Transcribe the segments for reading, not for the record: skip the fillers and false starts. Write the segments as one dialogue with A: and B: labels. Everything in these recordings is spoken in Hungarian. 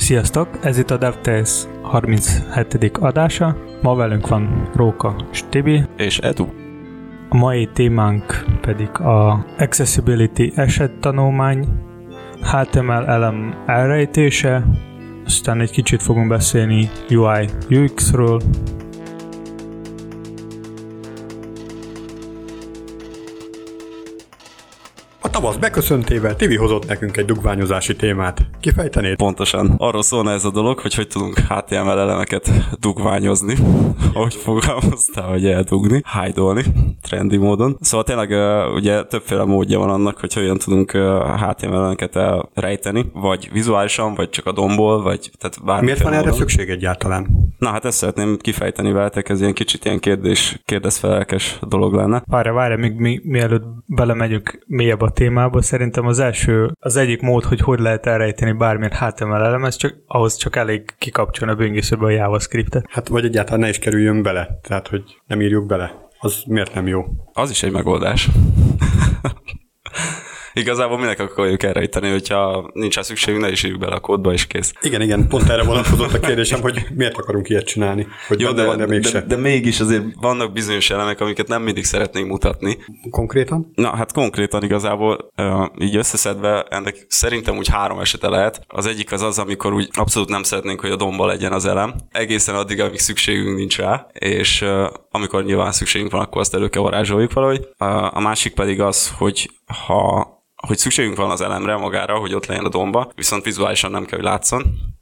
A: Sziasztok! Ez itt a DevTales 37. adása. Ma velünk van Róka és Tibi.
B: És Edu.
A: A mai témánk pedig a Accessibility esettanulmány, HTML elem elrejtése, aztán egy kicsit fogunk beszélni UI UX-ről.
C: A tavasz beköszöntével Tibi hozott nekünk egy dugványozási témát. Kifejtenéd?
B: Pontosan. Arról szólna ez a dolog, hogy tudunk HTML elemeket dugványozni, ahogy fogalmaztál, hogy eldugni, hide-olni, trendi módon. Szóval tényleg ugye többféle módja van annak, hogy hogyan tudunk HTML elemeket elrejteni, vagy vizuálisan, vagy csak a domból, vagy tehát bármiféle.
C: Miért van erre
B: módon
C: szükség egyáltalán?
B: Na hát ezt szeretném kifejteni veletek, ez ilyen kicsit ilyen kérdezfelelkes dolog lenne.
A: Várj, még mielőtt belemegyünk mélyebb a témába, szerintem az egyik mód, hogy lehet elrejteni bármilyen HTML elemet, ahhoz csak elég kikapcsolni a böngészőbe a JavaScriptet.
C: Hát vagy egyáltalán ne is kerüljön bele, tehát hogy nem írjuk bele. Az miért nem jó?
B: Az is egy megoldás. Igazából minek akarjuk elrejteni, hogyha nincs rá szükségünk, ne is írjuk bele a kódba, és kész.
C: Igen, pont erre vonatkozott a kérdésem, hogy miért akarunk ilyet csinálni. Hogy
B: jó,
C: de
B: mégis azért vannak bizonyos elemek, amiket nem mindig szeretnénk mutatni.
C: Konkrétan?
B: Na, hát konkrétan igazából így összeszedve ennek szerintem úgy 3 esete lehet. Az egyik az, amikor úgy abszolút nem szeretnénk, hogy a domba legyen az elem. Egészen addig, amíg szükségünk nincs rá, és amikor nyilván szükségünk van, akkor azt elő kell varázsoljuk valahogy. A másik pedig az, hogy szükségünk van az elemre magára, hogy ott legyen a domba, viszont vizuálisan nem kell, hogy látszon.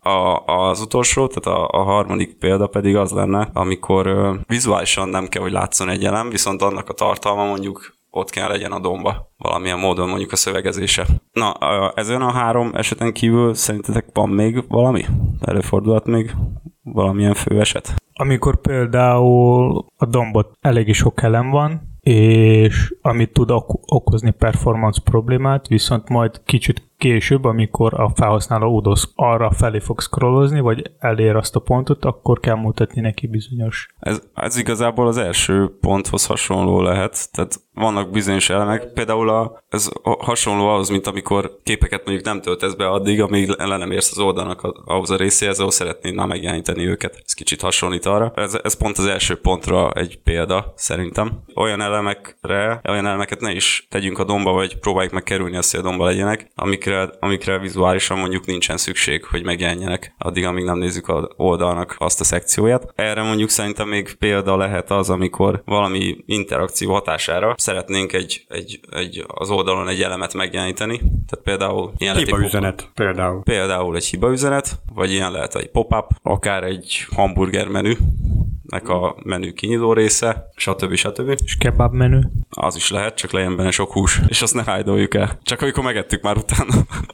B: Az utolsó, tehát a harmadik példa pedig az lenne, amikor vizuálisan nem kell, hogy látszon egy elem, viszont annak a tartalma mondjuk ott kell legyen a domba, valamilyen módon mondjuk a szövegezése. Na, ezen a 3 eseten kívül szerintetek van még valami? Előfordulhat még valamilyen fő eset?
A: Amikor például a dombot eléggé sok elem van, és amit tud okozni performance problémát, viszont majd kicsit később, amikor a felhasználó arra felé fog scrollozni, vagy elér azt a pontot, akkor kell mutatni neki bizonyos.
B: Ez igazából az első ponthoz hasonló lehet, tehát vannak bizonyos elemek, például ez hasonló ahhoz, mint amikor képeket mondjuk nem töltesz be addig, amíg le nem érsz az oldalnak ahhoz a részéhez, ahol szeretnéd már megjeleníteni őket. Ez kicsit hasonlít arra. Ez pont az első pontra egy példa, szerintem. Olyan elemeket ne is tegyünk a domba, vagy próbáljuk meg kerülni azt, hogy a domba legyenek, amikre vizuálisan mondjuk nincsen szükség, hogy megjelenjenek, addig, amíg nem nézzük az oldalnak azt a szekcióját. Erre mondjuk szerintem még példa lehet az, amikor valami interakció hatására szeretnénk az oldalon egy elemet megjeleníteni. Tehát például ilyen
C: hibaüzenet.
B: Például egy hibaüzenet, vagy ilyen lehet egy pop-up, akár egy hamburger menü, nek a menü kinyitó része, stb.
A: És kebab menü. Az
B: is lehet, csak legyen benne sok hús, és azt ne hide-oljuk el. Csak amikor megettük már utána.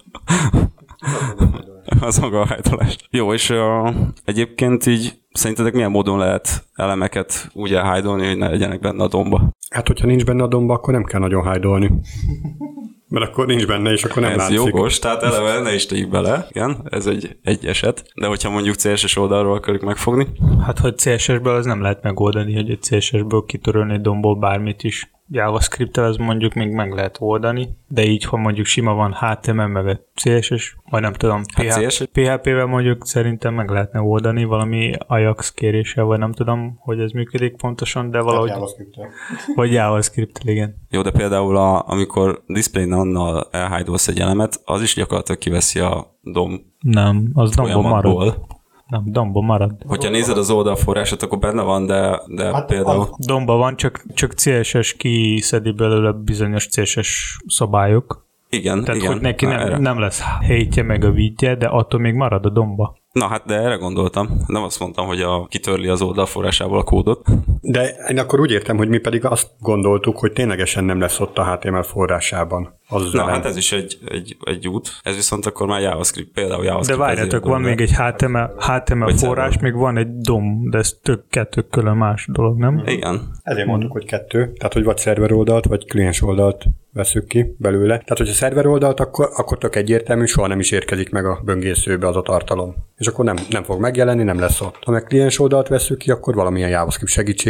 B: Az maga a hide-olás. Jó, és egyébként így szerintetek milyen módon lehet elemeket úgy elhide-olni, hogy ne legyenek benne a domba?
C: Hát, hogyha nincs benne a domba, akkor nem kell nagyon hide-olni. Mert akkor nincs benne, és akkor nem látszik.
B: Ez jogos, tehát eleve ne is tegyük bele, igen, ez egy eset. De hogyha mondjuk CSS oldalról akarjuk megfogni?
A: Hát, hogy CSS-ből az nem lehet megoldani, hogy egy CSS-ből kitörölni egy domból bármit is. JavaScript-tel az mondjuk még meg lehet oldani, de így, ha mondjuk sima van HTML meg CSS, vagy nem tudom, PHP-vel mondjuk szerintem meg lehetne oldani valami Ajax kéréssel, vagy nem tudom, hogy ez működik pontosan, de valahogy...
C: JavaScript-tel.
A: Vagy JavaScript-tel, igen.
B: Jó, de például amikor display none-nal elhide-olsz egy elemet, az is gyakorlatilag kiveszi a DOM.
A: Nem, az DOM-ból marad. Nem, domba marad.
B: Hogyha nézed az oldalforrásot, akkor benne van, de hát például...
A: Domba van, csak CSS kiszedi belőle bizonyos CSS szabályok.
B: Igen,
A: tehát,
B: igen.
A: hogy neki nem lesz hétje meg a vidje, de attól még marad a domba.
B: Na hát, de erre gondoltam. Nem azt mondtam, hogy kitörli az oldalforrásából a kódot.
C: De én akkor úgy értem, hogy mi pedig azt gondoltuk, hogy ténylegesen nem lesz ott a HTML forrásában.
B: Na hát ez is egy út. Ez viszont akkor már JavaScript, például JavaScript.
A: De várjátok, van még egy HTML forrás, még van egy DOM, de ez kettő külön más dolog, nem?
B: Igen.
C: Ezért mondtuk, hogy 2. Tehát, hogy vagy szerver oldalt, vagy kliens oldalt veszük ki belőle. Tehát, hogyha szerver oldalt, akkor tök egyértelmű, soha nem is érkezik meg a böngészőbe az a tartalom. És akkor nem fog megjelenni, nem lesz ott. Ha meg kliens oldalt veszük ki, akkor valamilyen JavaScript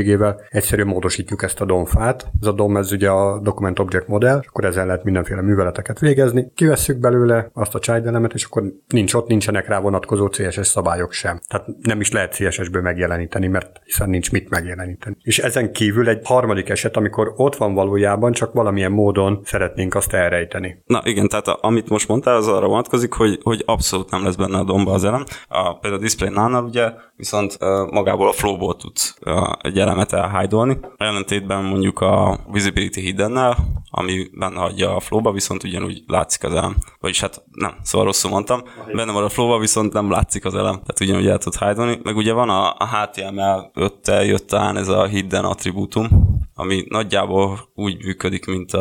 C: segítségével egyszerűen módosítjuk ezt a DOM-fát. Ez a DOM, ez ugye a Document Object Model, akkor ezzel lehet mindenféle műveleteket végezni. Kivesszük belőle azt a child elemet, és akkor nincsenek rá vonatkozó CSS szabályok sem. Tehát nem is lehet CSS-ből megjeleníteni, mert hiszen nincs mit megjeleníteni. És ezen kívül egy harmadik eset, amikor ott van valójában, csak valamilyen módon szeretnénk azt elrejteni.
B: Na igen, tehát amit most mondtál, az arra vonatkozik, hogy abszolút nem lesz benne a DOM-ba az elem. Például a display none-nál ugye viszont magából a flow-ból tudsz egy elemet elhide-olni. Ellentétben mondjuk a visibility hidden-nel, ami benne hagyja a flow-ba, viszont ugyanúgy látszik az elem. Vagyis hát nem, szóval rosszul mondtam. Benne van a flow-ba, viszont nem látszik az elem. Tehát ugyanúgy el tudsz hide-olni. Meg ugye van a HTML5-tel jött talán ez a hidden attribútum, ami nagyjából úgy működik, mint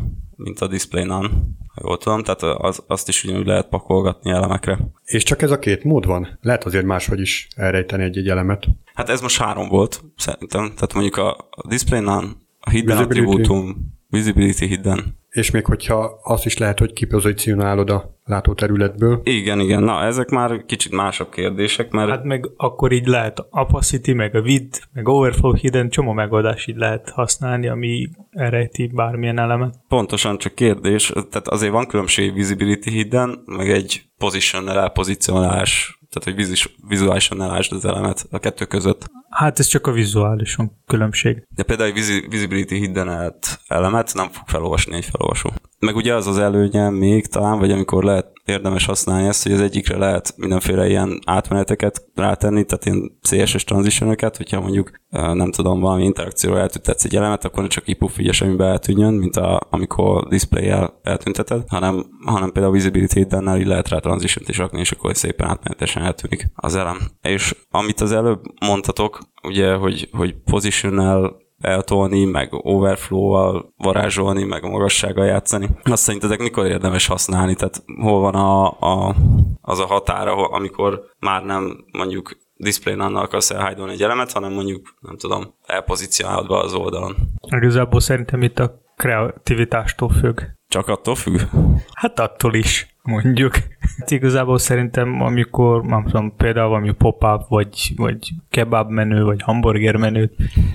B: a display none, ha jól tudom, tehát azt is ugyanúgy lehet pakolgatni elemekre.
C: És csak ez a két mód van? Lehet azért máshogy is elrejteni egy elemet.
B: Hát ez most 3 volt, szerintem. Tehát mondjuk a display none, a hidden attribútum, visibility hidden.
C: És még hogyha azt is lehet, hogy kipozícionálod a látóterületből.
B: Igen. Na, ezek már kicsit másabb kérdések, mert...
A: Hát meg akkor így lehet opacity, meg a width, meg overflow hidden, csomó megoldás így lehet használni, ami elrejti bármilyen elemet.
B: Pontosan, csak kérdés, tehát azért van különbség visibility hidden, meg egy position elpozícionálás, tehát hogy vizuálisan elásd az elemet a kettő között.
A: Hát ez csak a vizuálison különbség.
B: De például egy visibility hidden elemet nem fog felolvasni egy felolvasó. Meg ugye az előnye még talán, vagy amikor lehet érdemes használni ezt, hogy az egyikre lehet mindenféle ilyen átmeneteket rátenni, tehát ilyen CSS transitionöket, hogyha mondjuk nem tudom, valami interakcióra eltüntetsz egy elemet, akkor ne csak ipuff ugye semmibe eltűnjön, mint amikor display-jel eltünteted, hanem például visibility hiddennel így lehet rá transition-t is rakni, és akkor szépen átmenetesen eltűnik az elem. És amit az előbb mondtatok, ugye, hogy position-nel eltolni, meg overflow-val varázsolni, meg a magassággal játszani. Azt szerintetek mikor érdemes használni? Tehát hol van az a határa, amikor már nem mondjuk display none-nal akarsz elhide-olni egy elemet, hanem mondjuk, nem tudom, elpozícionálod be az oldalon.
A: Igazából szerintem itt a kreativitástól függ.
B: Csak attól függ?
A: Hát attól is, mondjuk. Hát igazából szerintem, amikor, nem tudom, például valami pop-up, vagy kebab menü, vagy hamburger menü,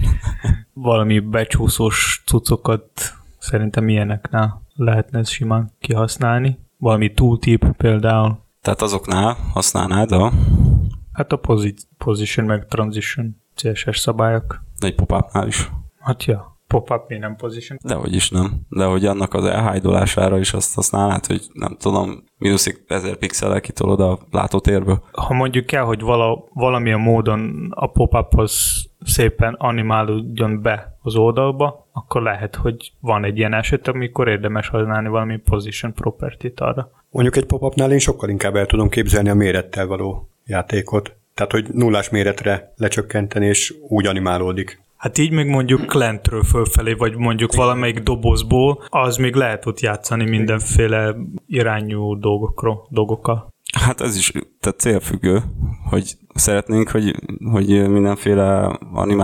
A: valami becsúszós cuccokat szerintem ilyeneknál lehetne ezt simán kihasználni. Valami tooltip például.
B: Tehát azoknál használnád
A: Hát a position meg transition CSS szabályok.
B: De egy pop-upnál is.
A: Hát ja. Pop-up, mi nem position?
B: Dehogy is nem. De hogy annak az elhide-olására is azt használnád, hogy nem tudom, -1000 pixellel kitolod a látótérből.
A: Ha mondjuk kell, hogy valamilyen módon a pop-uphoz szépen animálódjon be az oldalba, akkor lehet, hogy van egy ilyen eset, amikor érdemes használni valami position property-t arra.
C: Mondjuk egy pop-upnál én sokkal inkább el tudom képzelni a mérettel való játékot. Tehát, hogy nullás méretre lecsökkenteni, és úgy animálódik.
A: Hát így még mondjuk lentről fölfelé, vagy mondjuk valamelyik dobozból, az még lehet ott játszani mindenféle irányú dolgokkal.
B: Hát ez is tehát célfüggő, hogy szeretnénk, hogy mindenféle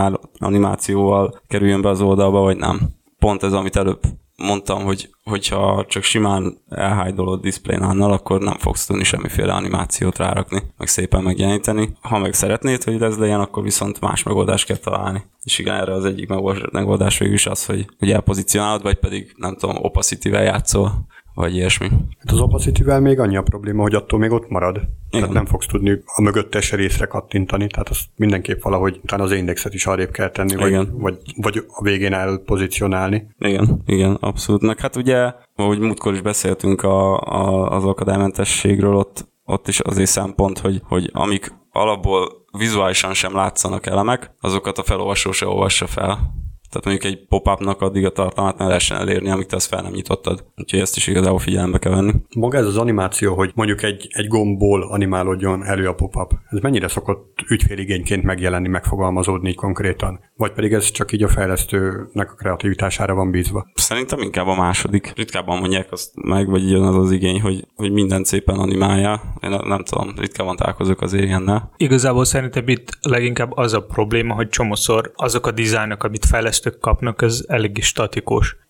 B: animációval kerüljön be az oldalba, vagy nem. Pont ez, amit előbb mondtam, hogyha csak simán elhide-olod display none-nal, akkor nem fogsz tudni semmiféle animációt rárakni, meg szépen megjeleníteni. Ha meg szeretnéd, hogy ez legyen, akkor viszont más megoldást kell találni. És igen, erre az egyik megoldás végül is az, hogy elpozícionálod, vagy pedig nem tudom, opacity-vel játszol, vagy ilyesmi.
C: Hát az opacity-vel még annyi a probléma, hogy attól még ott marad. Tehát nem fogsz tudni a mögöttes részre kattintani, tehát azt mindenképp valahogy utána az indexet is arrébb kell tenni, vagy a végén elpozícionálni.
B: Igen, abszolút. Meg hát ugye, ahogy múltkor is beszéltünk az akadálymentességről, ott is azért szempont, hogy amik alapból vizuálisan sem látszanak elemek, azokat a felolvasó se olvassa fel. Tehát mondjuk egy pop-upnak addig a tartalmát ne lehessen elérni, amíg te azt fel nem nyitottad. Úgyhogy ezt is igazából figyelembe kell venni.
C: Maga ez az animáció, hogy mondjuk egy gombból animálódjon elő a pop-up, ez mennyire szokott ügyféligényként megjelenni, megfogalmazódni konkrétan? Vagy pedig ez csak így a fejlesztőnek a kreativitására van bízva?
B: Szerintem inkább a második. Ritkábban mondják azt meg, vagy jön az igény, hogy mindent szépen animálja. Én nem tudom, ritkában találkozok azért ilyennel.
A: Igazából szerintem itt leginkább az a probléma, hogy csomószor azok a dizájnok, amit fejlesztők kapnak, az eléggé statikus.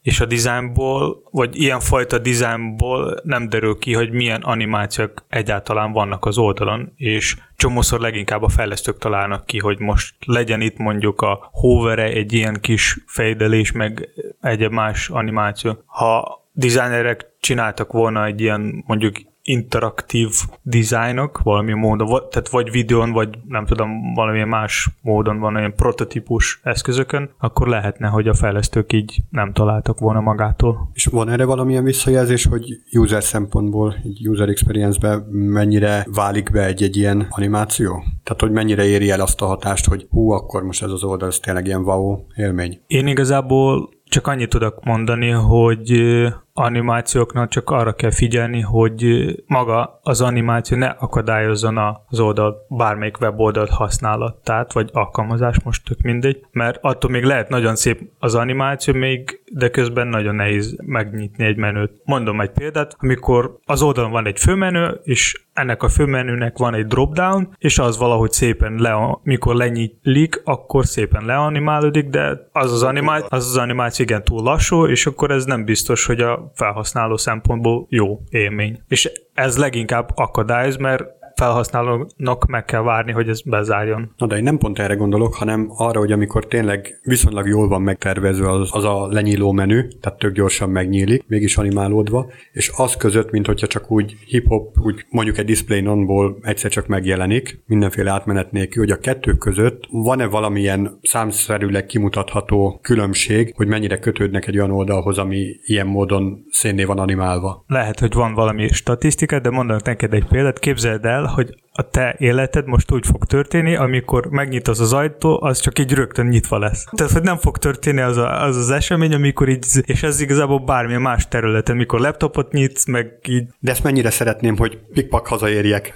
A: és a dizájnból, vagy ilyenfajta dizájnból nem derül ki, hogy milyen animációk egyáltalán vannak az oldalon, és csomószor leginkább a fejlesztők találnak ki, hogy most legyen itt mondjuk a hover egy ilyen kis fejdelés, meg egyéb más animáció. Ha designerek csináltak volna egy ilyen mondjuk interaktív dizájnok valami módon, tehát vagy videón, vagy nem tudom, valamilyen más módon van olyan prototípus eszközökön, akkor lehetne, hogy a fejlesztők így nem találtak volna magától.
C: És van erre valamilyen visszajelzés, hogy user szempontból, egy user experience-be mennyire válik be egy ilyen animáció? Tehát, hogy mennyire éri el azt a hatást, hogy akkor most ez az oldal, ez tényleg ilyen wow élmény?
A: Én igazából csak annyit tudok mondani, hogy animációknak csak arra kell figyelni, hogy maga az animáció ne akadályozzon az oldal, bármelyik weboldalt használatát, vagy alkalmazás, most tök mindegy, mert attól még lehet nagyon szép az animáció még, de közben nagyon nehéz megnyitni egy menüt. Mondom egy példát, amikor az oldalon van egy főmenü, és ennek a főmenünek van egy dropdown, és az valahogy szépen mikor lenyílik, akkor szépen leanimálódik, de az animáció igen túl lassú, és akkor ez nem biztos, hogy a felhasználó szempontból jó élmény. És ez leginkább akadályoz, mert felhasználónak meg kell várni, hogy ez bezárjon.
C: Na de én nem pont erre gondolok, hanem arra, hogy amikor tényleg viszonylag jól van megtervezve az a lenyíló menü, tehát tök gyorsan megnyílik, mégis animálódva, és az között, mint hogyha csak úgy hip-hop, úgy mondjuk egy display nonból egyszer csak megjelenik, mindenféle átmenet nélkül, hogy a kettő között van-e valamilyen számszerűleg kimutatható különbség, hogy mennyire kötődnek egy olyan oldalhoz, ami ilyen módon szénné van animálva.
A: Lehet, hogy van valami statisztika, de mondanak neked egy példát, képzeld el, hogy a te életed most úgy fog történni, amikor megnyitasz az ajtó, az csak így rögtön nyitva lesz. Tehát, hogy nem fog történni az esemény, amikor így, és ez igazából bármilyen más területen, mikor laptopot nyitsz, meg így.
C: De ezt mennyire szeretném, hogy pikpak hazaérjek.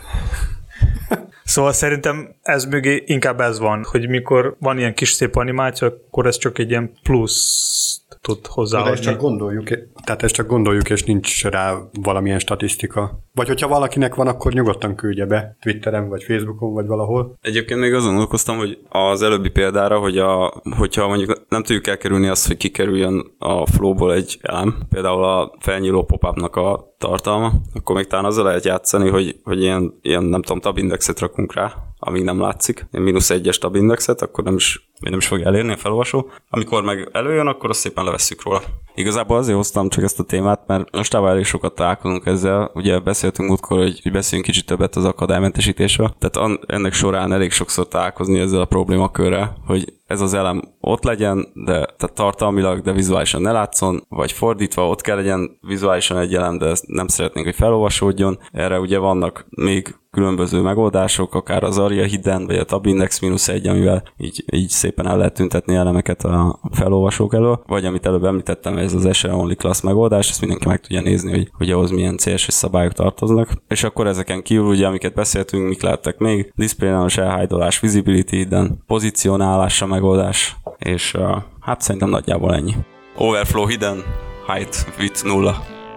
A: Szóval szerintem ez mögé inkább ez van, hogy mikor van ilyen kis szép animáció, akkor ez csak egy ilyen plusz tud hozzáadni.
C: De ezt csak gondoljuk, és nincs rá valamilyen statisztika. Vagy hogyha valakinek van, akkor nyugodtan küldje be Twitteren, vagy Facebookon, vagy valahol.
B: Egyébként még azon gondolkoztam, hogy az előbbi példára, hogyha mondjuk nem tudjuk elkerülni azt, hogy kikerüljön a flowból egy elem, például a felnyíló pop-upnak a tartalma, akkor még talán azzal lehet játszani, hogy ilyen nem tudom, tabindexet rakunk rá, amíg nem látszik, ilyen -1-es tabindexet, akkor nem is fog elérni a felolvasó. Amikor meg előjön, akkor azt szépen levesszük róla. Igazából azért hoztam csak ezt a témát, mert mostában elég sokat találkozunk ezzel. Ugye beszéltünk múltkor, hogy beszéljünk kicsit többet az akadálymentesítésről. Tehát ennek során elég sokszor találkozni ezzel a problémakörrel, hogy ez az elem ott legyen, de tehát tartalmilag, de vizuálisan ne látszon, vagy fordítva, ott kell legyen vizuálisan egy elem, de ezt nem szeretnénk, hogy felolvasódjon. Erre ugye vannak még különböző megoldások, akár az ARIA Hidden, vagy a tabindex -1, amivel így szépen el lehet tüntetni elemeket a felolvasók elől, vagy amit előbb említettem, ez az SE Only Class megoldás, ezt mindenki meg tudja nézni, hogy ahhoz milyen CSS szabályok tartoznak. És akkor ezeken kívül, ugye, amiket beszéltünk, mik lehettek még? Display-os elhide-olás, visibility hidden, pozícionálás a megoldás, és hát szerintem nagyjából ennyi. Overflow hidden, height width 0.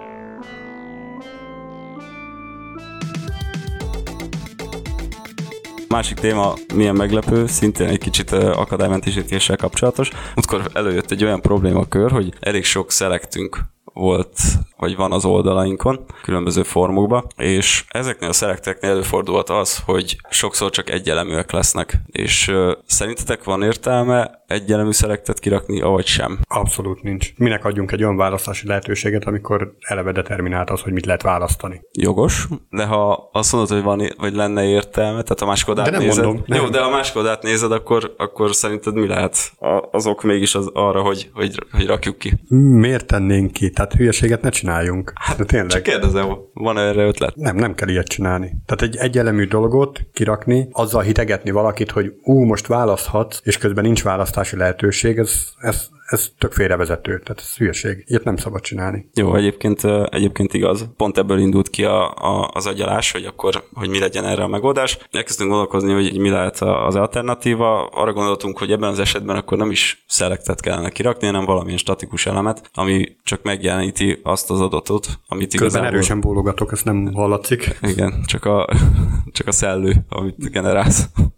B: Másik téma, milyen meglepő, szintén egy kicsit akadálymentesítéssel kapcsolatos. Múltkor előjött egy olyan problémakör, hogy elég sok szelektünk volt, vagy van az oldalainkon, különböző formokban, és ezeknél a szelekteknél előfordulhat az, hogy sokszor csak egyeleműek lesznek, és szerintetek van értelme egyelemű szelektet kirakni, avagy sem?
C: Abszolút nincs. Minek adjunk egy olyan választási lehetőséget, amikor eleve determinált az, hogy mit lehet választani?
B: Jogos, de ha azt mondod, hogy vagy lenne értelme, tehát a másik oldalt nézed.
C: Mondom,
B: jó, de ha a másik oldalt nézed, akkor szerinted mi lehet az ok mégis arra, hogy rakjuk ki?
C: Miért tennénk ki? Tehát hülyeséget ne csináljunk. Hát tényleg.
B: Csak kérdezem, van erre ötlet?
C: Nem kell ilyet csinálni. Tehát egy egyelemű dolgot kirakni, azzal hitegetni valakit, hogy most választhatsz, és közben nincs választási lehetőség, ez tök félrevezető, tehát ez hülyeség. Ilyet nem szabad csinálni.
B: Jó, egyébként igaz. Pont ebből indult ki az agyalás, hogy mi legyen erre a megoldás. Elkezdtünk gondolkozni, hogy mi lehet az alternatíva. Arra gondoltunk, hogy ebben az esetben akkor nem is selectet kellene kirakni, hanem valamilyen statikus elemet, ami csak megjeleníti azt az adatot, amit igazából...
C: Közben erősen bólogatok, ezt nem hallatszik.
B: Igen, csak a szellő, amit generálsz.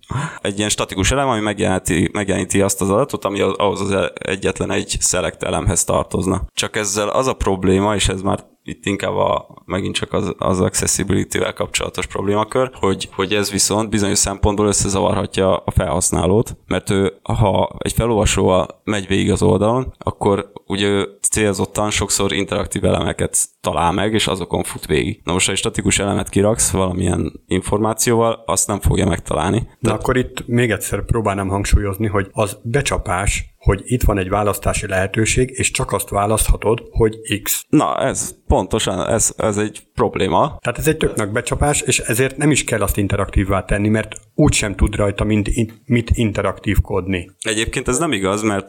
B: Egy ilyen statikus elem, ami megjeleníti azt az adatot, ami ahhoz az egyetlen egy select elemhez tartozna. Csak ezzel az a probléma, és ez már itt inkább megint csak az accessibility-vel kapcsolatos problémakör, hogy ez viszont bizonyos szempontból összezavarhatja a felhasználót, mert ő, ha egy felolvasóval megy végig az oldalon, akkor ugye célzottan sokszor interaktív elemeket talál meg, és azokon fut végig. Na most, ha egy statikus elemet kiraksz valamilyen információval, azt nem fogja megtalálni.
C: De akkor itt még egyszer próbálnám hangsúlyozni, hogy az becsapás, hogy itt van egy választási lehetőség, és csak azt választhatod, hogy X.
B: Na, ez pontosan, ez egy probléma.
C: Tehát ez egy tök nagy becsapás, és ezért nem is kell azt interaktívvá tenni, mert úgysem tud rajta mit interaktívkodni.
B: Egyébként ez nem igaz, mert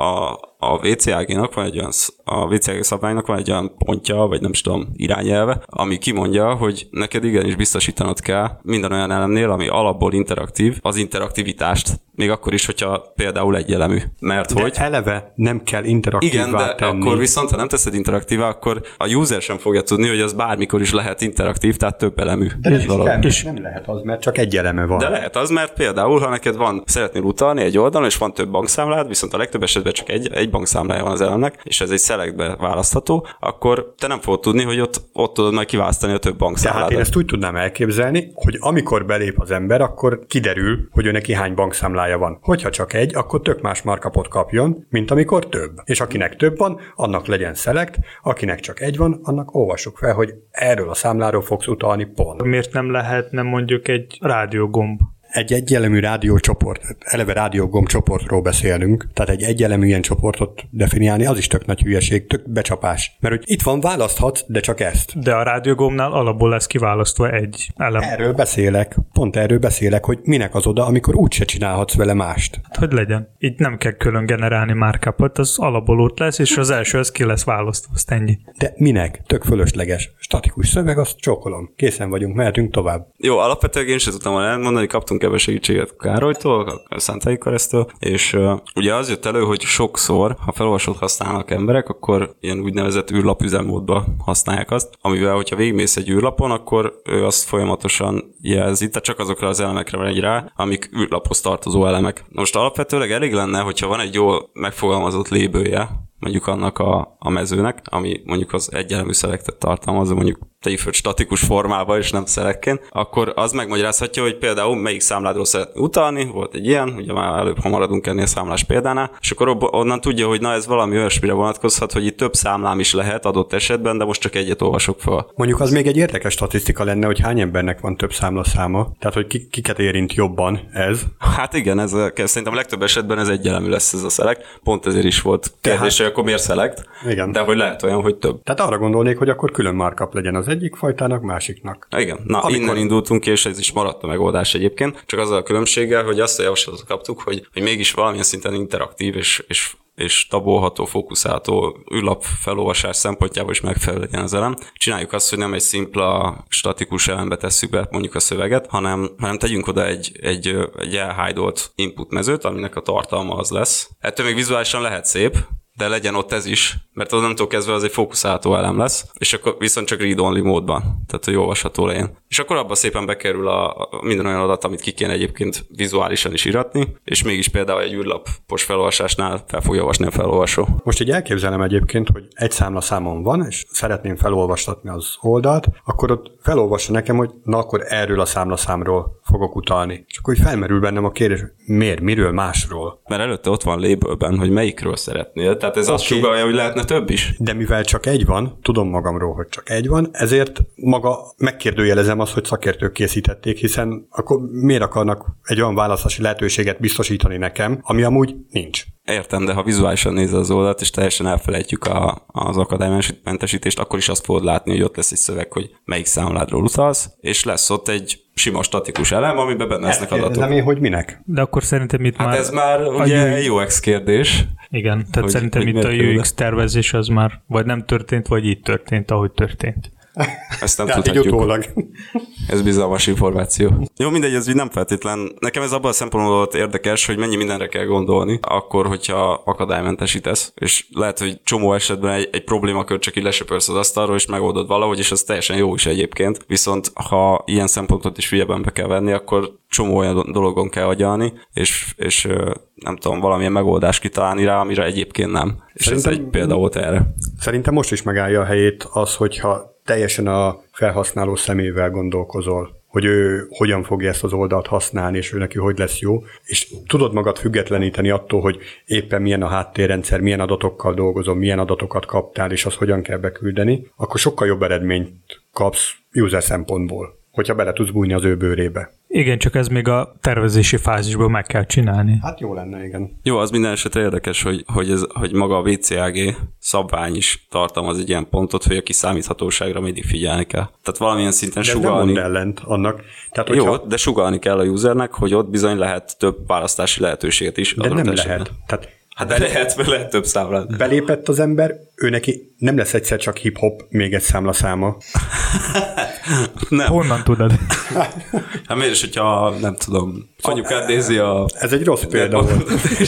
B: a WCAG-nak van egy olyan, a WCAG szabálynak van egy olyan pontja, vagy nem is tudom, irányelve, ami kimondja, hogy neked igenis biztosítanod kell minden olyan elemnél, ami alapból interaktív, az interaktivitást. Még akkor is, hogyha például egyelemű. Mert
C: de
B: hogy
C: eleve nem kell interaktívvá
B: igen, de
C: tenni.
B: akkor viszont, ha nem teszed interaktívá, akkor a user sem fogja tudni, hogy az bármikor is lehet interaktív, tehát több elemű.
C: De nem lehet az, mert csak egy eleme van.
B: De lehet az, mert például, ha neked szeretnél utalni egy oldalon, és van több bankszámlád, viszont a legtöbb esetben csak egy bankszámlája van az elemnek, és ez egy selectbe választható, akkor te nem fogod tudni, hogy ott tudod majd kiválasztani a több bankszámládat.
C: Tehát én ezt úgy tudnám elképzelni, hogy amikor belép az ember, akkor kiderül, hogy ő neki hány bankszámlája van. Hogyha csak egy, akkor tök más markupot kapjon, mint amikor több. És akinek több van, annak legyen select, akinek csak egy van, annak olvassuk fel, hogy erről a számláról fogsz utalni pont.
A: Miért nem lehetne mondjuk egy rádiógomb?
C: Egy egyelemű rádiócsoport, eleve rádiógomb csoportról beszélünk, tehát egy egyelemű ilyen csoportot definiálni, az is tök nagy hülyeség, tök becsapás. Mert hogy itt van, választhatsz, de csak ezt.
A: De a rádiógombnál alapból lesz kiválasztva egy elem.
C: Pont erről beszélek, hogy minek az oda, amikor úgyse csinálhatsz vele mást.
A: Hát, hogy legyen. Így nem kell külön generálni markupot, az alapból ott lesz, és az első az ki lesz választva, azt ennyi.
C: De minek? Tök fölösleges. Statikus szöveg, azt csókolom. Készen vagyunk, mehetünk tovább.
B: Jó, alapvetően én sem tudtam volna elmondani, kaptunk ebbe segítséget Károlytól, a Szentai Keresztől, és ugye az jött elő, hogy sokszor, ha felolvasót használnak emberek, akkor ilyen úgynevezett űrlapüzemmódba használják azt, amivel, hogyha végigmész egy űrlapon, akkor ő azt folyamatosan jelzi, tehát csak azokra az elemekre megy rá, amik űrlaphoz tartozó elemek. Most alapvetőleg elég lenne, hogyha van egy jól megfogalmazott lébője, mondjuk annak a mezőnek, ami mondjuk az egyelemű szelektet tartalmazza, mondjuk tegyük föl statikus formában és nem szelekként, akkor az megmagyarázhatja, hogy például melyik számládról szeretné utalni, volt egy ilyen, ugye már előbb maradunk ennél számlás példánál, és akkor onnan tudja, hogy na ez valami olyasmire vonatkozhat, hogy itt több számlám is lehet adott esetben, de most csak egyet olvasok fel.
C: Mondjuk az még egy érdekes statisztika lenne, hogy hány embernek van több számlaszáma, tehát hogy kiket érint jobban ez.
B: Hát igen, szerintem a legtöbb esetben ez egyelemű lesz ez a select, pont ezért is volt kérdés, hogy akkor miért select,
C: igen.
B: De hogy lehet olyan, hogy több.
C: Tehát arra gondolnék, hogy akkor külön markup legyen az egyik fajtának, másiknak.
B: Igen, innen indultunk ki, és ez is maradt a megoldás egyébként, csak azzal a különbséggel, hogy azt a javaslatot kaptuk, hogy mégis valamilyen szinten interaktív és tabolható, fókuszálható űrlap felolvasás szempontjából is megfelelő legyen az elem. Csináljuk azt, hogy nem egy szimpla statikus elembe tesszük be mondjuk a szöveget, hanem tegyünk oda egy elhájdolt input mezőt, aminek a tartalma az lesz. Ettől még vizuálisan lehet szép, de legyen ott ez is, mert onnantól kezdve az egy fókuszálható elem lesz, és akkor viszont csak read-only módban, tehát hogy olvasható legyen. És akkor abban szépen bekerül minden olyan adat, amit ki kéne egyébként vizuálisan is íratni, és mégis például egy űrlapos felolvasásnál fel fogja olvasni a felolvasó.
C: Most így elképzelem egyébként, hogy egy számlaszámon van, és szeretném felolvastatni az oldalt, akkor ott felolvassa nekem, hogy na akkor erről a számlaszámról fogok utalni. És akkor felmerül bennem a kérdés, miért, miről másról?
B: Mert előtte ott van labelben, hogy melyikről szeretnél, tehát ez azt sugallja, hogy lehetne több is.
C: De mivel csak egy van, tudom magamról, hogy csak egy van, ezért maga megkérdőjelezem azt, hogy szakértők készítették, hiszen akkor miért akarnak egy olyan választási lehetőséget biztosítani nekem, ami amúgy nincs.
B: Értem, de ha vizuálisan nézed az oldalt, és teljesen elfelejtjük az akadálymentesítést, akkor is azt fogod látni, hogy ott lesz egy szöveg, hogy melyik számládról utalsz, és lesz ott egy sima statikus elem, amiben benne lesznek adatok.
C: Nem én, hogy minek?
A: De akkor szerintem itt
B: hát ez már ugye UX kérdés.
A: Igen, tehát szerintem itt a UX tervezés az már vagy nem történt, vagy így történt, ahogy történt.
B: Ezt nem
C: Tehát
B: tudhatjuk.
C: így utólag.
B: Ez bizalmas információ. Jó, mindegy, ez így nem feltétlen. Nekem ez abban a szempontból volt érdekes, hogy mennyi mindenre kell gondolni, akkor, hogyha akadálymentesítesz. És lehet, hogy csomó esetben egy problémakör csak így lesöpörsz az asztalról, és megoldod valahogy, és az teljesen jó is egyébként. Viszont ha ilyen szempontot is figyelembe kell venni, akkor csomó olyan dologon kell agyalni, és nem tudom, valamilyen megoldást kitalálni rá, amire egyébként nem. És ez egy példa volt erre.
C: Szerintem most is megállja a helyét az, hogyha teljesen a felhasználó szemével gondolkozol, hogy ő hogyan fogja ezt az oldalt használni, és ő neki hogy lesz jó, és tudod magad függetleníteni attól, hogy éppen milyen a háttérrendszer, milyen adatokkal dolgozom, milyen adatokat kaptál, és azt hogyan kell beküldeni, akkor sokkal jobb eredményt kapsz user szempontból, hogyha bele tudsz bújni az ő bőrébe.
A: Igen, csak ez még a tervezési fázisból meg kell csinálni.
C: Hát jó lenne, igen.
B: Jó, az minden esetre érdekes, hogy maga a WCAG szabvány is tartalmaz egy ilyen pontot, hogy a kiszámíthatóságra mindig figyelni kell. Tehát valamilyen szinten sugalni.
C: De nem mond ellent annak. Tehát,
B: jó,
C: hogyha...
B: de sugalni kell a usernek, hogy ott bizony lehet több választási lehetőséget is.
C: De nem
B: esetben.
C: lehet. Tehát
B: hát de lehet több számlát.
C: Belépett az ember, ő neki nem lesz egyszer csak hip-hop még egy számlaszáma.
A: Nem. Honnan tudod?
B: Hát miért is, hogyha nem tudom, anyukád nézi a...
C: Ez egy rossz példa volt.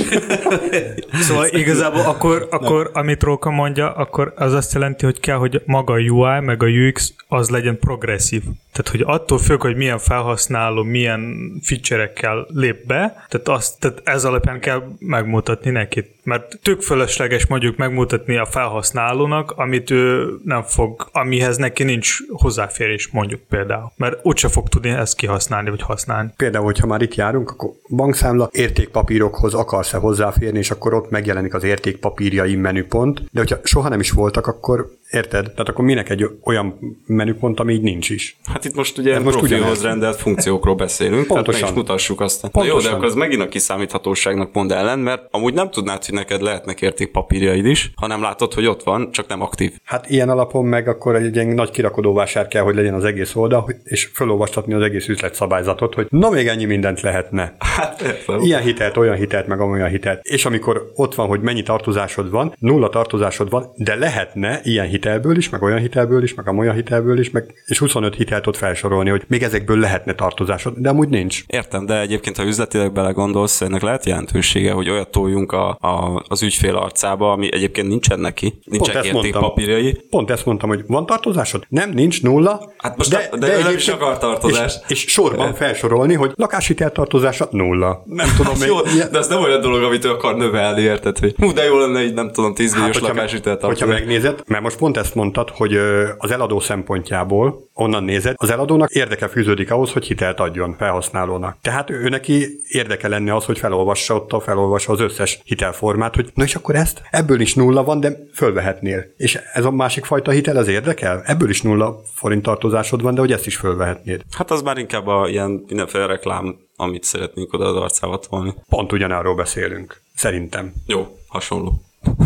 A: Szóval igazából akkor amit Róka mondja, akkor az azt jelenti, hogy kell, hogy maga a UI meg a UX az legyen progresszív. Tehát, hogy attól függ, hogy milyen felhasználó, milyen feature-ekkel lép be, tehát ez alapján kell megmutatni neki. Mert tök fölösleges mondjuk megmutatni a felhasználónak, amit ő nem fog, amihez neki nincs hozzáférés mondjuk például. Mert úgyse fog tudni ezt kihasználni, vagy használni.
C: Például, hogyha már itt járunk, akkor bankszámla értékpapírokhoz akarsz-e hozzáférni, és akkor ott megjelenik az értékpapírjai menüpont, de hogyha soha nem is voltak, akkor érted? Tehát akkor minek egy olyan menüpont, ami így nincs is?
B: Hát itt most ugye profilhoz rendelt funkciókról beszélünk,
C: pontosan.
B: Tehát meg is mutassuk azt. Na jó, de akkor az megint a kiszámíthatóságnak mond ellen, mert amúgy nem tudnád, hogy neked lehetnek értékpapírjaid is, hanem látod, hogy ott van, csak nem aktív.
C: Hát ilyen alapon meg akkor egy ilyen nagy kirakodóvásár kell, hogy legyen az egész oldal, és felolvastatni az egész üzletszabályzatot, hogy na még ennyi mindent lehetne.
B: Hát értem.
C: Ilyen hitelt, olyan hitelt, meg olyan hitelt. És amikor ott van, hogy mennyi tartozásod van, 0 tartozásod van, de lehetne ilyen hitelből is, meg olyan hitelből is, meg olyan hitelből is, meg és 25 hitelt ott felsorolni, hogy még ezekből lehetne tartozásod, de amúgy nincs.
B: Értem, de egyébként, ha üzletileg belegondolsz, ennek lehet jelentősége, hogy olyat toljunk az ügyfél arcába, ami egyébként nincsen neki, nincsenek értékpapírjai.
C: Pont ezt mondtam, hogy van tartozásod? Nem, nincs, 0.
B: Hát most de ő nem is akar tartozást.
C: És sorban felsorolni, hogy lakáshitel tartozása 0. Nem tudom
B: hát
C: még.
B: Jó, de ez nem olyan dolog, amit ő akar növelni, érted? Hogy de jó lenne, így nem tudom, 10 milliós lakáshitel tartozás.
C: Hogyha megnézed, mert most pont ezt mondtad, hogy az eladó szempontjából onnan nézed, az eladónak érdeke fűződik ahhoz, hogy hitelt adjon felhasználónak. Tehát ő neki érdeke lenne az, hogy felolvassa az összes hitelformát, hogy na és akkor ebből is 0 van, de fölvehetnél. És ez a másik fajta hitel az érdekel? Ebből is 0 forint tartozásod van, de hogy ezt is fölvehetnéd.
B: Hát az már inkább ilyen mindenféle reklám, amit szeretnénk oda az arcába tolni.
C: Pont ugyanarról beszélünk. Szerintem.
B: Jó, hasonló.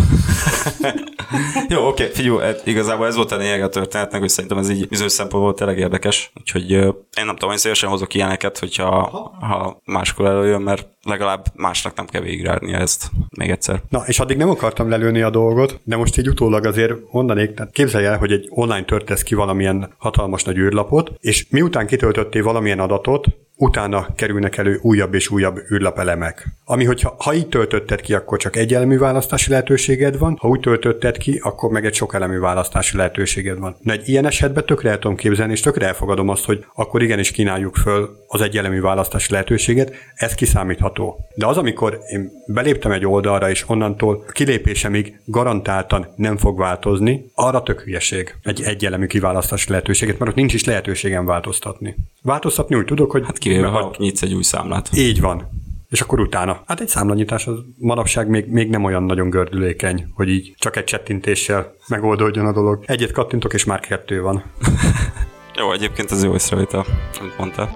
B: Jó, oké, figyelj, igazából ez volt a lényeg a történetnek, hogy szerintem ez így bizonyos szempontból tényleg érdekes, úgyhogy én nem tudom, én szívesen hozok ilyeneket, hogyha máskor előjön, mert legalább másnak nem kell végigrálnia ezt még egyszer.
C: Na, és addig nem akartam lelőni a dolgot, de most így utólag azért mondanék, tehát képzelj el, hogy egy online töltesz ki valamilyen hatalmas nagy űrlapot, és miután kitöltöttél valamilyen adatot, utána kerülnek elő újabb és újabb űrlapelemek. Ami, hogyha így töltötted ki, akkor csak egy elemű választási lehetőséged van, ha úgy töltötted ki, akkor meg egy sok elemű választási lehetőséged van. Na, egy ilyen esetben tökre el tudom képzelni, és tökre elfogadom azt, hogy akkor igenis kínáljuk föl az egy elemű választási lehetőséget, ez kiszámítható. De az, amikor én beléptem egy oldalra, és onnantól kilépésemig garantáltan nem fog változni, arra tök hülyeség egy elemű kiválasztási lehetőséget, mert ott nincs is lehetőségem változtatni. Változtatni úgy tudok, hogy...
B: Hát kivéve, ha nyitsz egy új számlát.
C: Így van. És akkor utána. Hát egy számlanyítás az manapság még nem olyan nagyon gördülékeny, hogy így csak egy csettintéssel megoldódjon a dolog. Egyet kattintok, és már 2 van.
B: Jó, egyébként ez jó észrevétel, amit mondtál.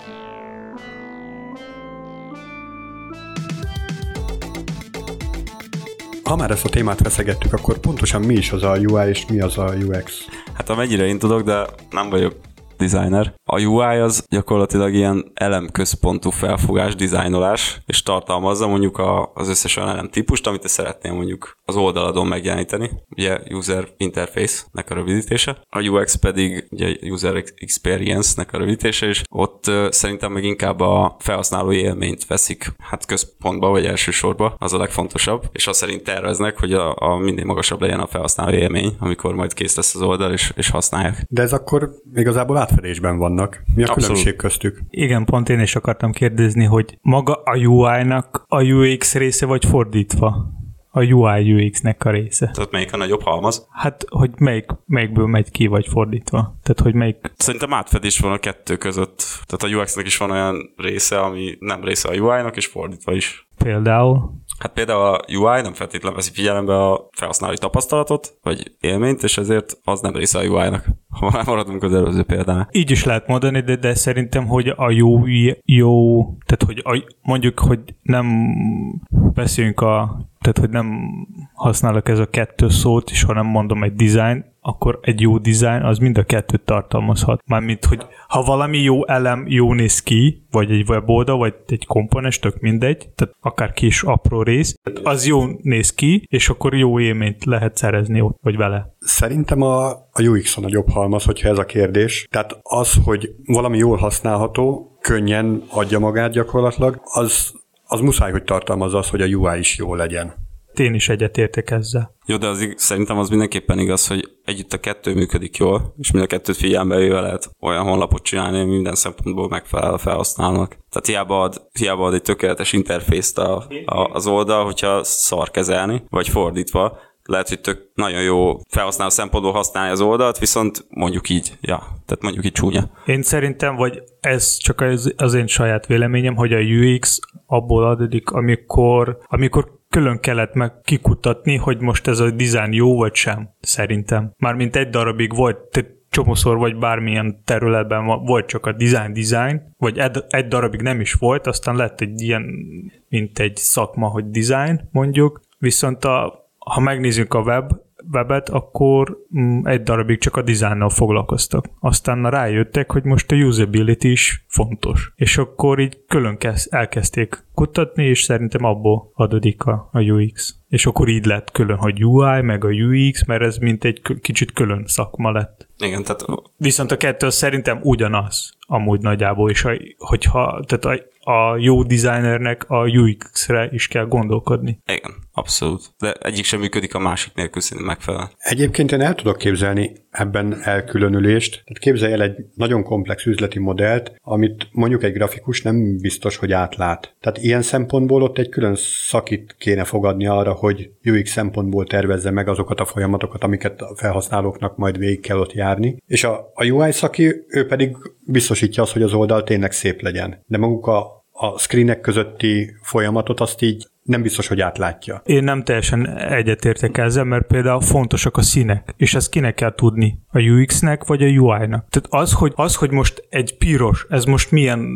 C: Ha már ezt a témát feszegettük, akkor pontosan mi is az a UI és mi az a UX?
B: Hát amennyire én tudok, de nem vagyok designer, A UI az gyakorlatilag ilyen elemközpontú felfogás, dizájnolás, és tartalmazza mondjuk az összes olyan elemtípust, amit te szeretnél mondjuk az oldaladon megjeleníteni. Ugye User Interface-nek a rövidítése. A UX pedig ugye User Experience-nek a rövidítése, és ott szerintem meg inkább a felhasználói élményt veszik hát központba, vagy elsősorba, az a legfontosabb, és azt szerint terveznek, hogy a minél magasabb legyen a felhasználói élmény, amikor majd kész lesz az oldal, és használják.
C: De ez akkor igazából átfedésben vannak. Mi a
B: Abszolút.
C: különbség köztük?
A: Igen, pont én is akartam kérdezni, hogy maga a UI-nak a UX része, vagy fordítva? A UI UX-nek a része.
B: Tehát melyik a nagyobb halmaz?
A: Hát, hogy melyikből megy ki, vagy fordítva? Tehát, hogy melyik...
B: Szerintem átfedés van a kettő között. Tehát a UX-nek is van olyan része, ami nem része a UI-nak, és fordítva is.
A: Például?
B: Hát például a UI nem feltétlenül veszi figyelembe a felhasználói tapasztalatot, vagy élményt, és ezért az nem része a UI-nak. Ha már maradunk az előző példánál.
A: Így is lehet mondani, de szerintem, hogy a tehát hogy mondjuk, hogy nem beszéljünk tehát, hogy nem használok ez a kettő szót, és ha nem mondom egy design, akkor egy jó design az mind a kettőt tartalmazhat. Mármint, hogy ha valami jó elem jó néz ki, vagy egy weboldal, vagy egy komponens, tök mindegy, tehát akár kis apró rész, az jó néz ki, és akkor jó élményt lehet szerezni ott, vagy vele.
C: Szerintem a UX a nagyobb halmaz, hogyha ez a kérdés. Tehát az, hogy valami jól használható, könnyen adja magát gyakorlatilag, az muszáj, hogy tartalmazza az, hogy a UI is jó legyen.
A: Én is egyetértek ezzel.
B: Jó, de szerintem az mindenképpen igaz, hogy együtt a kettő működik jól, és mind a kettőt figyelembe véve lehet olyan honlapot csinálni, ami minden szempontból megfelel a felhasználónak. Tehát hiába ad egy tökéletes interfészt az oldal, hogyha szar kezelni, vagy fordítva, lehet, hogy nagyon jó felhasználó szempontból használni az oldalt, viszont mondjuk így, tehát mondjuk így csúnya.
A: Én szerintem, vagy ez csak az én saját véleményem, hogy a UX abból adódik, amikor külön kellett meg kikutatni, hogy most ez a design jó vagy sem, szerintem. Mármint egy darabig volt, csomószor vagy bármilyen területben volt csak a design, vagy egy darabig nem is volt, aztán lett egy ilyen, mint egy szakma, hogy design mondjuk, viszont ha megnézzük a webet, akkor egy darabig csak a designnal foglalkoztak. Aztán rájöttek, hogy most a usability is fontos. És akkor így külön elkezdték kutatni, és szerintem abból adódik a UX. És akkor így lett külön, hogy UI, meg a UX, mert ez mint egy kicsit külön szakma lett.
B: Igen, tehát...
A: Viszont a kettő szerintem ugyanaz, amúgy nagyjából, és tehát a jó designernek a UX-re is kell gondolkodni.
B: Igen, abszolút. De egyik sem működik a másik nélkül szintén megfelel.
C: Egyébként én el tudok képzelni ebben elkülönülést. Tehát képzelj el egy nagyon komplex üzleti modellt, amit mondjuk egy grafikus nem biztos, hogy átlát. Tehát ilyen szempontból ott egy külön szakit kéne fogadni arra, hogy UX szempontból tervezze meg azokat a folyamatokat, amiket a felhasználóknak majd végig kell ott járni. És a UI szaki, ő pedig biztosítja azt, hogy az oldal tényleg szép legyen. De maguk a screenek közötti folyamatot azt így nem biztos, hogy átlátja.
A: Én nem teljesen egyetértek ezzel, mert például fontosak a színek, és ezt kinek kell tudni? A UX-nek vagy a UI-nak? Tehát az, hogy most egy piros, ez most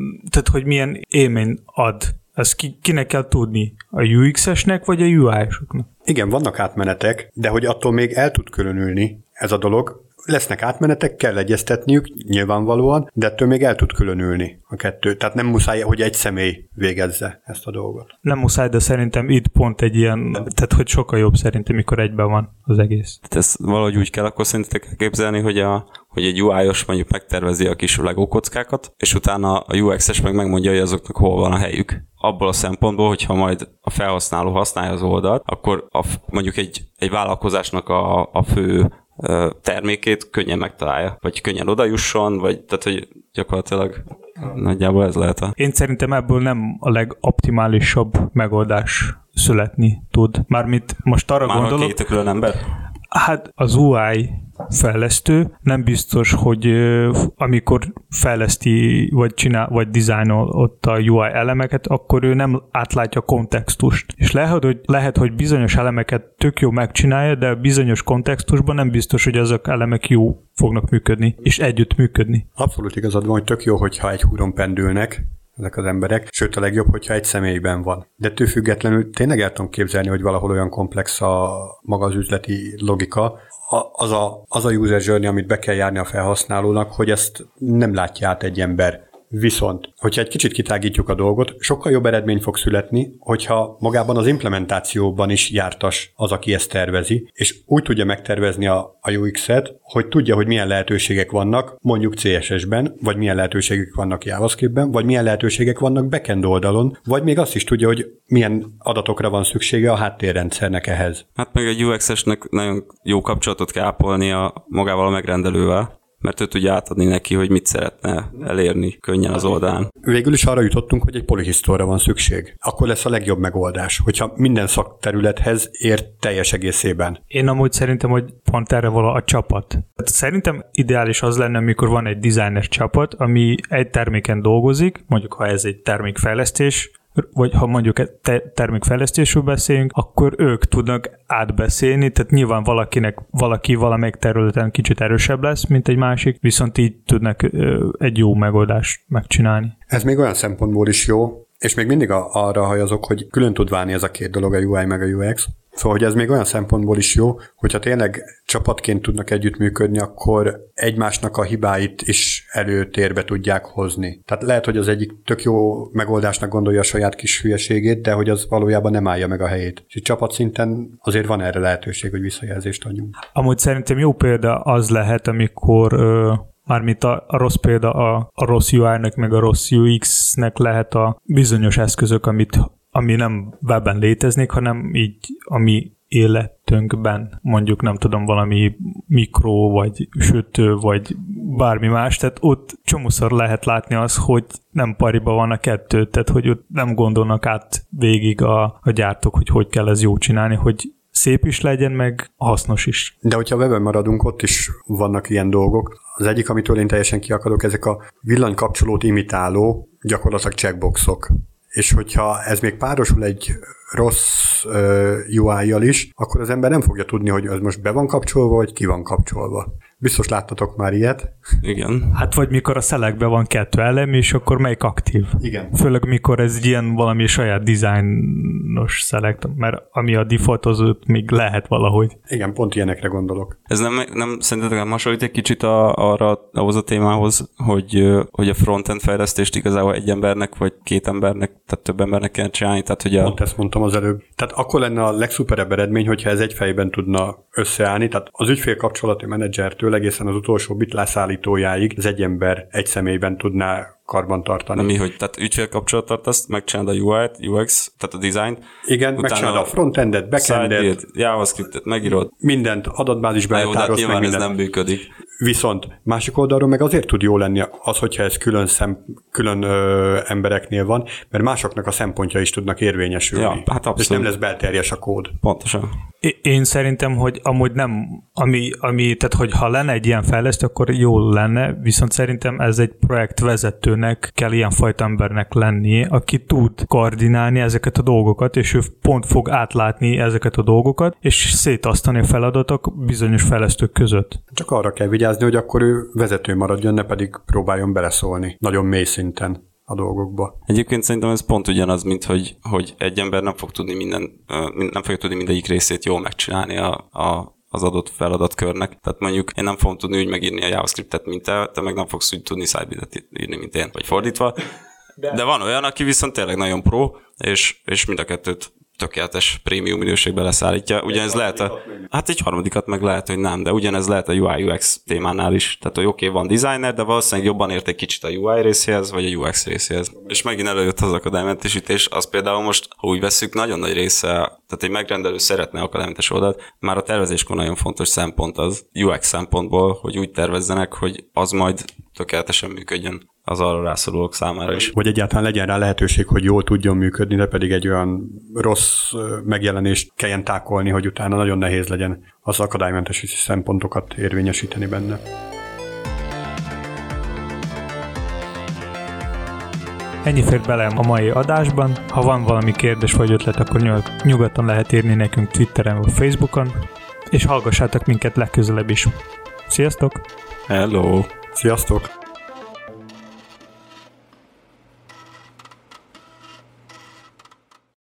A: milyen élmény ad, ezt kinek kell tudni? A UX-esnek vagy a UI-soknak?
C: Igen, vannak átmenetek, de hogy attól még el tud különülni ez a dolog. Lesznek átmenetek, kell egyeztetniük, nyilvánvalóan, de ettől még el tud különülni a kettő. Tehát nem muszáj, hogy egy személy végezze ezt a dolgot.
A: Nem muszáj, de szerintem itt pont egy ilyen, tehát hogy sokkal jobb szerintem, mikor egyben van az egész.
B: Tehát ezt valahogy úgy kell akkor szerintetek képzelni, hogy egy UI-os mondjuk megtervezi a kis Lego kockákat, és utána a UX-es megmondja, hogy azoknak hol van a helyük. Abból a szempontból, hogyha majd a felhasználó használja az oldalt, akkor mondjuk egy vállalkozásnak a fő termékét könnyen megtalálja, vagy könnyen odajusson, vagy tehát, hogy gyakorlatilag nagyjából ez lehet
A: Én szerintem ebből nem a legoptimálisabb megoldás születni tud. Mármint most arra gondolok...
B: Már két külön ember?
A: Hát az UI fejlesztő nem biztos, hogy amikor fejleszti, vagy csinál, vagy dizájnol ott a UI elemeket, akkor ő nem átlátja a kontextust. És lehet, hogy bizonyos elemeket tök jó megcsinálja, de bizonyos kontextusban nem biztos, hogy azok elemek jó fognak működni, és együtt működni.
C: Abszolút igazad van, hogy tök jó, hogyha egy húron pendülnek, ezek az emberek, sőt a legjobb, hogyha egy személyben van. De ettől függetlenül tényleg el tudom képzelni, hogy valahol olyan komplex a maga az üzleti logika, az a user journey, amit be kell járni a felhasználónak, hogy ezt nem látja át egy ember. Viszont, hogyha egy kicsit kitágítjuk a dolgot, sokkal jobb eredmény fog születni, hogyha magában az implementációban is jártas az, aki ezt tervezi, és úgy tudja megtervezni a UX-et, hogy tudja, hogy milyen lehetőségek vannak, mondjuk CSS-ben, vagy milyen lehetőségek vannak JavaScript-ben, vagy milyen lehetőségek vannak backend oldalon, vagy még azt is tudja, hogy milyen adatokra van szüksége a háttérrendszernek ehhez.
B: Hát meg egy UX-esnek nagyon jó kapcsolatot kell ápolnia magával a megrendelővel, mert ő tudja átadni neki, hogy mit szeretne elérni könnyen az oldalán.
C: Végül is arra jutottunk, hogy egy polyhisztorra van szükség. Akkor lesz a legjobb megoldás, hogyha minden szakterülethez ér teljes egészében.
A: Én amúgy szerintem, hogy pont erre való a csapat. Szerintem ideális az lenne, amikor van egy designer csapat, ami egy terméken dolgozik, mondjuk ha ez egy termékfejlesztés, vagy ha mondjuk termékfejlesztésről beszélünk, akkor ők tudnak átbeszélni, tehát nyilván valaki valamelyik területen kicsit erősebb lesz, mint egy másik, viszont így tudnak egy jó megoldást megcsinálni.
C: Ez még olyan szempontból is jó, és még mindig arra hajazok, hogy külön tud válni ez a két dolog, a UI meg a UX. Szóval, hogy ez még olyan szempontból is jó, hogyha tényleg csapatként tudnak együttműködni, akkor egymásnak a hibáit is előtérbe tudják hozni. Tehát lehet, hogy az egyik tök jó megoldásnak gondolja a saját kis hülyeségét, de hogy az valójában nem állja meg a helyét. És csapatszinten azért van erre lehetőség, hogy visszajelzést adjunk.
A: Amúgy szerintem jó példa az lehet, amikor mármint a rossz példa a rossz UI-nek meg a rossz UX-nek lehet a bizonyos eszközök, ami nem webben léteznék, hanem így a mi életünkben, mondjuk nem tudom, valami mikro, vagy sütő, vagy bármi más, tehát ott csomószor lehet látni az, hogy nem pariba van a kettő, tehát hogy ott nem gondolnak át végig a gyártók, hogy kell ez jó csinálni, hogy szép is legyen, meg hasznos is.
C: De hogyha webben maradunk, ott is vannak ilyen dolgok. Az egyik, amitől én teljesen kiakadok, ezek a villanykapcsolót imitáló, gyakorlatilag checkboxok. És hogyha ez még párosul egy rossz UI-jal is, akkor az ember nem fogja tudni, hogy az most be van kapcsolva, vagy ki van kapcsolva. Biztos láttatok már ilyet.
B: Igen.
A: Hát vagy mikor a szelekben van 2 elem, és akkor melyik aktív.
C: Igen.
A: Főleg mikor ez ilyen valami saját dizájnos szelekt, mert ami a default, az ott még lehet valahogy.
C: Igen, pont ilyenekre gondolok.
B: Ez nem szerintetek nem hasonlít egy kicsit ahhoz a témához, hogy a frontend fejlesztést igazából egy embernek, vagy 2 embernek, tehát több embernek kell csinálni. Tehát, hogy
C: pont ezt mondtam az előbb. Tehát akkor lenne a legszuperebb eredmény, hogyha ez egy fejben tudna összeállni. Tehát az ügyfélkapcsolati menedzsertől egészen az utolsó bit leszállítójáig az egy ember egy személyben tudná karbantartani.
B: Mi, hogy tehát ügyfélkapcsolatot azt megcsinálod a UI-t, UX, tehát a design.
C: Igen, megcsinálod a frontendet, backendet,
B: JavaScriptet, megírod.
C: Mindent, adatbázisba eltárolsz meg mindent.
B: Ez nem működik.
C: Viszont másik oldalról meg azért tud jó lenni az, hogyha ez külön embereknél van, mert másoknak a szempontja is tudnak érvényesülni.
B: Ja, hát abszolút.
C: És nem lesz belterjes a kód.
B: Pontosan.
A: Én szerintem, hogy amúgy nem, tehát hogy ha lenne egy ilyen fejlesztő, akkor jó lenne, viszont szerintem ez egy projektvezetőnek kell ilyenfajta embernek lennie, aki tud koordinálni ezeket a dolgokat, és ő pont fog átlátni ezeket a dolgokat, és szétasztani a feladatok bizonyos fejlesztők között.
C: Csak arra kell vigyázni, hogy akkor ő vezető maradjon, ne pedig próbáljon beleszólni nagyon mély szinten a dolgokba.
B: Egyébként szerintem ez pont ugyanaz, mint hogy egy ember nem fogja tudni mindegyik részét jól megcsinálni az adott feladatkörnek. Tehát mondjuk én nem fogom tudni úgy megírni a JavaScriptet, mint te meg nem fogsz úgy tudni Sidebuildet írni, mint én, vagy fordítva. De van olyan, aki viszont tényleg nagyon pro, és mind a kettőt tökéletes prémium minőségbe leszállítja. Ugyanez lehet hát egy harmadikat meg lehet, hogy nem, de ugyanez lehet a UI-UX témánál is. Tehát, hogy oké, van designer, de valószínűleg jobban ért egy kicsit a UI részéhez, vagy a UX részéhez. És megint előjött az akadálymentesítés, az például most, ha úgy vesszük, nagyon nagy része, tehát egy megrendelő szeretne akadálymentes oldalt, már a tervezéskor nagyon fontos szempont az UX szempontból, hogy úgy tervezzenek, hogy az majd tökéletesen működjön az arra rászorulók számára is.
C: Hogy egyáltalán legyen rá lehetőség, hogy jól tudjon működni, de pedig egy olyan rossz megjelenést kelljen tákolni, hogy utána nagyon nehéz legyen az akadálymentesítési szempontokat érvényesíteni benne.
A: Ennyi fért bele a mai adásban. Ha van valami kérdés vagy ötlet, akkor nyugodtan lehet írni nekünk Twitteren vagy Facebookon, és hallgassátok minket legközelebb is. Sziasztok!
B: Hello!
C: Sziasztok!